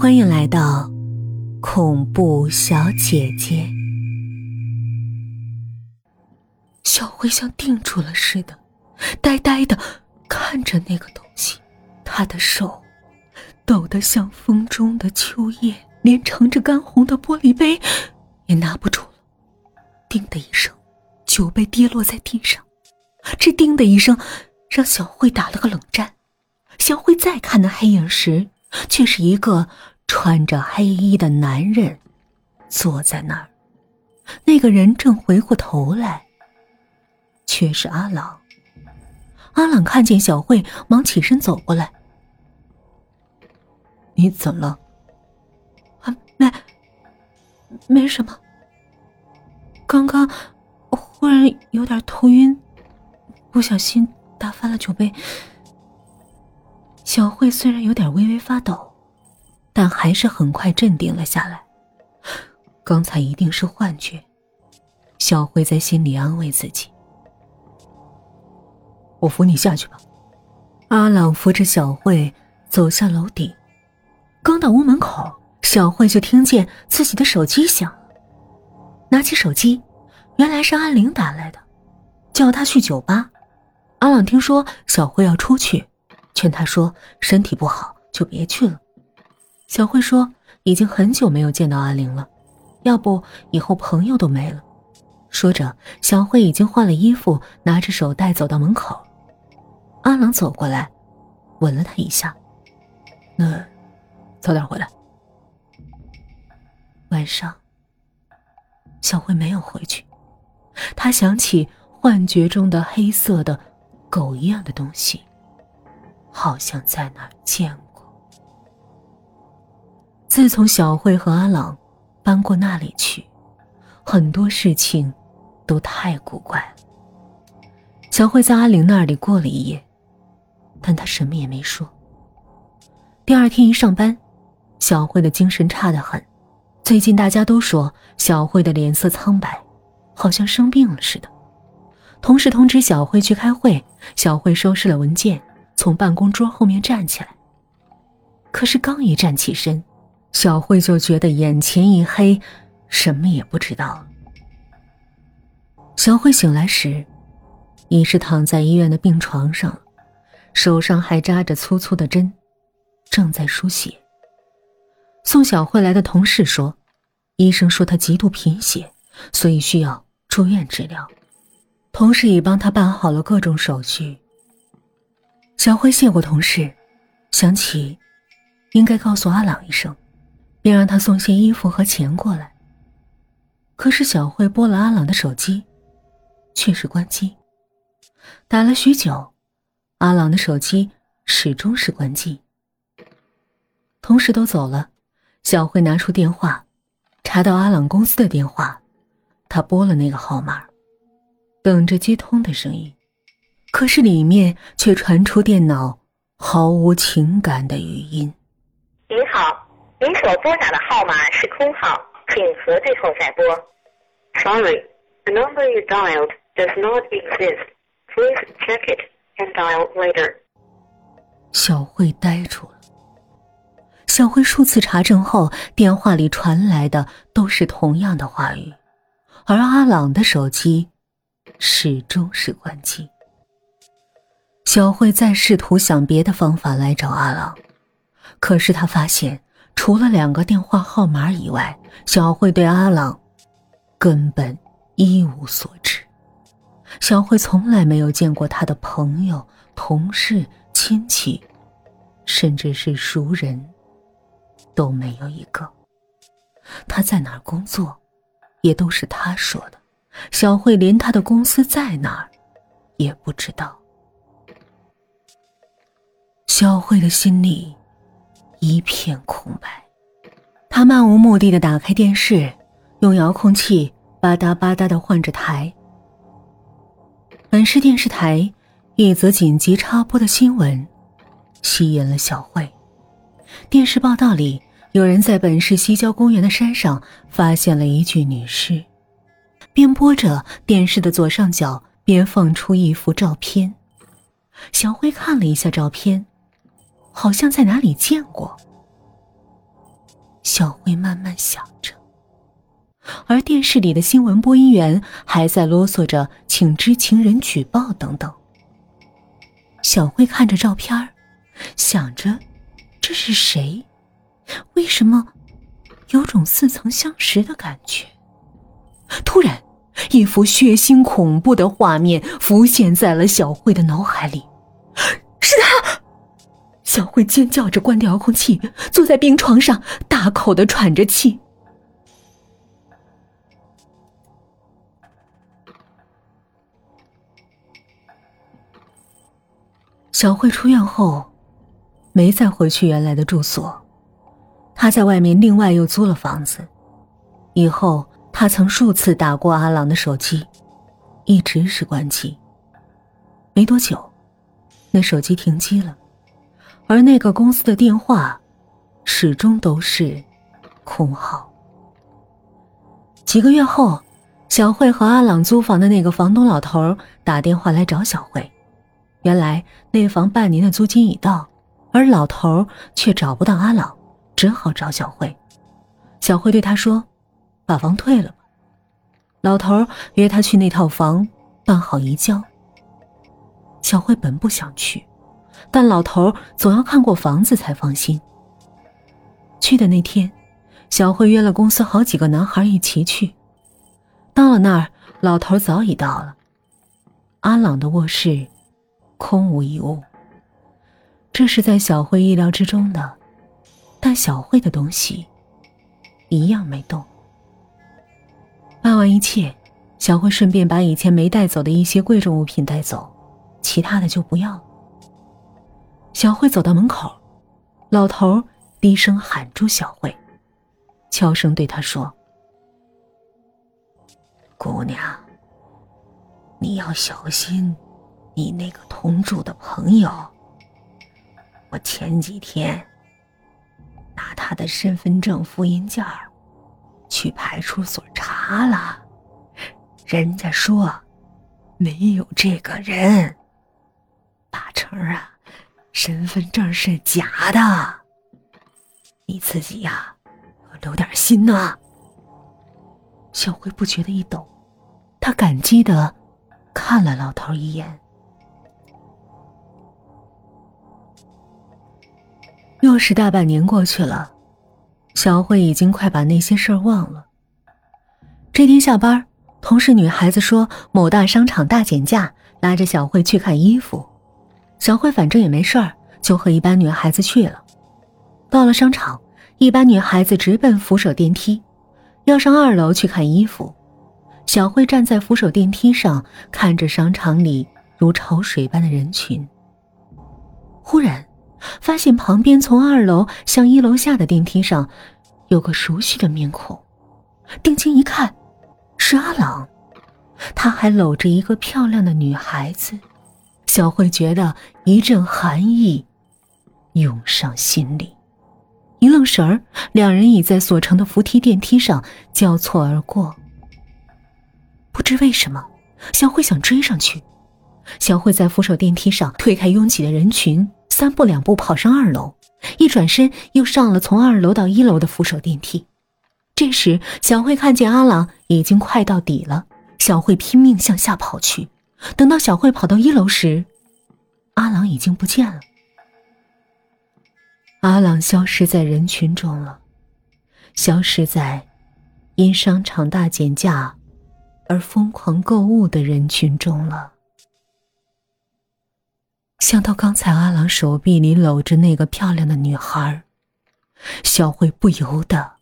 欢迎来到恐怖小姐姐。小慧像定住了似的，呆呆地看着那个东西，她的手抖得像风中的秋叶，连盛着干红的玻璃杯也拿不住了。叮的一声，酒杯跌落在地上，这叮的一声让小慧打了个冷战。小慧再看那黑影时，却是一个穿着黑衣的男人坐在那儿。那个人正回过头来，却是阿朗。阿朗看见小慧，忙起身走过来。你怎么了？没什么。刚刚我忽然有点头晕，不小心打翻了酒杯。小慧虽然有点微微发抖，但还是很快镇定了下来。刚才一定是幻觉，小慧在心里安慰自己。我扶你下去吧。阿朗扶着小慧走下楼顶，刚到屋门口，小慧就听见自己的手机响了。拿起手机，原来是阿玲打来的，叫她去酒吧。阿朗听说小慧要出去，劝她说身体不好就别去了。小慧说已经很久没有见到阿玲了，要不以后朋友都没了。说着，小慧已经换了衣服，拿着手袋走到门口。阿朗走过来吻了她一下。那早点回来。晚上小慧没有回去，她想起幻觉中的黑色的狗一样的东西，好像在哪儿见过。自从小慧和阿朗搬过那里去，很多事情都太古怪了。小慧在阿玲那里过了一夜，但她什么也没说。第二天一上班，小慧的精神差得很。最近大家都说小慧的脸色苍白，好像生病了似的。同事通知小慧去开会，小慧收拾了文件，从办公桌后面站起来。可是刚一站起身，小慧就觉得眼前一黑，什么也不知道了。小慧醒来时，已是躺在医院的病床上了，手上还扎着粗粗的针，正在输血。送小慧来的同事说，医生说她极度贫血，所以需要住院治疗。同事已帮她办好了各种手续。小慧谢过同事，想起应该告诉阿朗一声，便让他送些衣服和钱过来。可是小慧拨了阿朗的手机，却是关机。打了许久，阿朗的手机始终是关机。同事都走了，小慧拿出电话，查到阿朗公司的电话，她拨了那个号码，等着接通的声音。可是里面却传出电脑毫无情感的语音。 您好，您所拨打的号码是空号，请核对后再拨。Sorry, the number you dialed does not exist. Please check it and dial later. 小慧呆住了。小慧数次查证后，电话里传来的都是同样的话语，而阿朗的手机始终是关机。小慧再试图想别的方法来找阿朗，可是她发现除了2个电话号码以外，小慧对阿朗根本一无所知。小慧从来没有见过她的朋友、同事、亲戚，甚至是熟人都没有一个。她在哪儿工作也都是她说的，小慧连她的公司在哪儿也不知道。小慧的心里一片空白，她漫无目的地打开电视，用遥控器吧嗒吧嗒地换着台。本市电视台一则紧急插播的新闻吸引了小慧。电视报道里，有人在本市西郊公园的山上发现了一具女尸。边播着，电视的左上角边放出一幅照片。小慧看了一下照片，好像在哪里见过。 小慧慢慢想着，而电视里的新闻播音员还在啰嗦着请知情人举报等等。小慧看着照片，想着这是谁？为什么有种似曾相识的感觉？突然，一幅血腥恐怖的画面浮现在了小慧的脑海里。是他！小慧尖叫着关掉遥控器，坐在病床上大口地喘着气。小慧出院后没再回去原来的住所，她在外面另外又租了房子。以后她曾数次打过阿郎的手机，一直是关机。没多久，那手机停机了，而那个公司的电话始终都是空号。几个月后，小慧和阿朗租房的那个房东老头打电话来找小慧。原来那房半年的租金已到，而老头却找不到阿朗，只好找小慧。小慧对他说，把房退了吧。老头约他去那套房办好移交。小慧本不想去，但老头总要看过房子才放心。去的那天，小慧约了公司好几个男孩一起去。到了那儿，老头早已到了。阿朗的卧室空无一物，这是在小慧意料之中的，但小慧的东西一样没动。办完一切，小慧顺便把以前没带走的一些贵重物品带走，其他的就不要了。小慧走到门口，老头低声喊住小慧，悄声对她说，姑娘，你要小心你那个同住的朋友。我前几天拿他的身份证复印件去派出所查了，人家说没有这个人，八成身份证是假的，你自己要留点心呐。小慧不觉得一抖，她感激地看了老头一眼。又是大半年过去了，小慧已经快把那些事儿忘了。这天下班，同事女孩子说某大商场大减价，拉着小慧去看衣服。小慧反正也没事儿，就和一般女孩子去了。到了商场，一般女孩子直奔扶手电梯，要上2楼去看衣服。小慧站在扶手电梯上，看着商场里如潮水般的人群。忽然发现旁边从2楼向1楼下的电梯上有个熟悉的面孔，定睛一看，是阿朗，他还搂着一个漂亮的女孩子。小慧觉得一阵寒意涌上心里，一愣神儿，两人已在所乘的扶梯电梯上交错而过。不知为什么，小慧想追上去。小慧在扶手电梯上推开拥挤的人群，3步2步跑上2楼，一转身又上了从2楼到1楼的扶手电梯。这时小慧看见阿朗已经快到底了，小慧拼命向下跑去。等到小慧跑到1楼时，阿朗已经不见了。阿朗消失在人群中了，消失在因商场大减价而疯狂购物的人群中了。想到刚才阿朗手臂里搂着那个漂亮的女孩，小慧不由得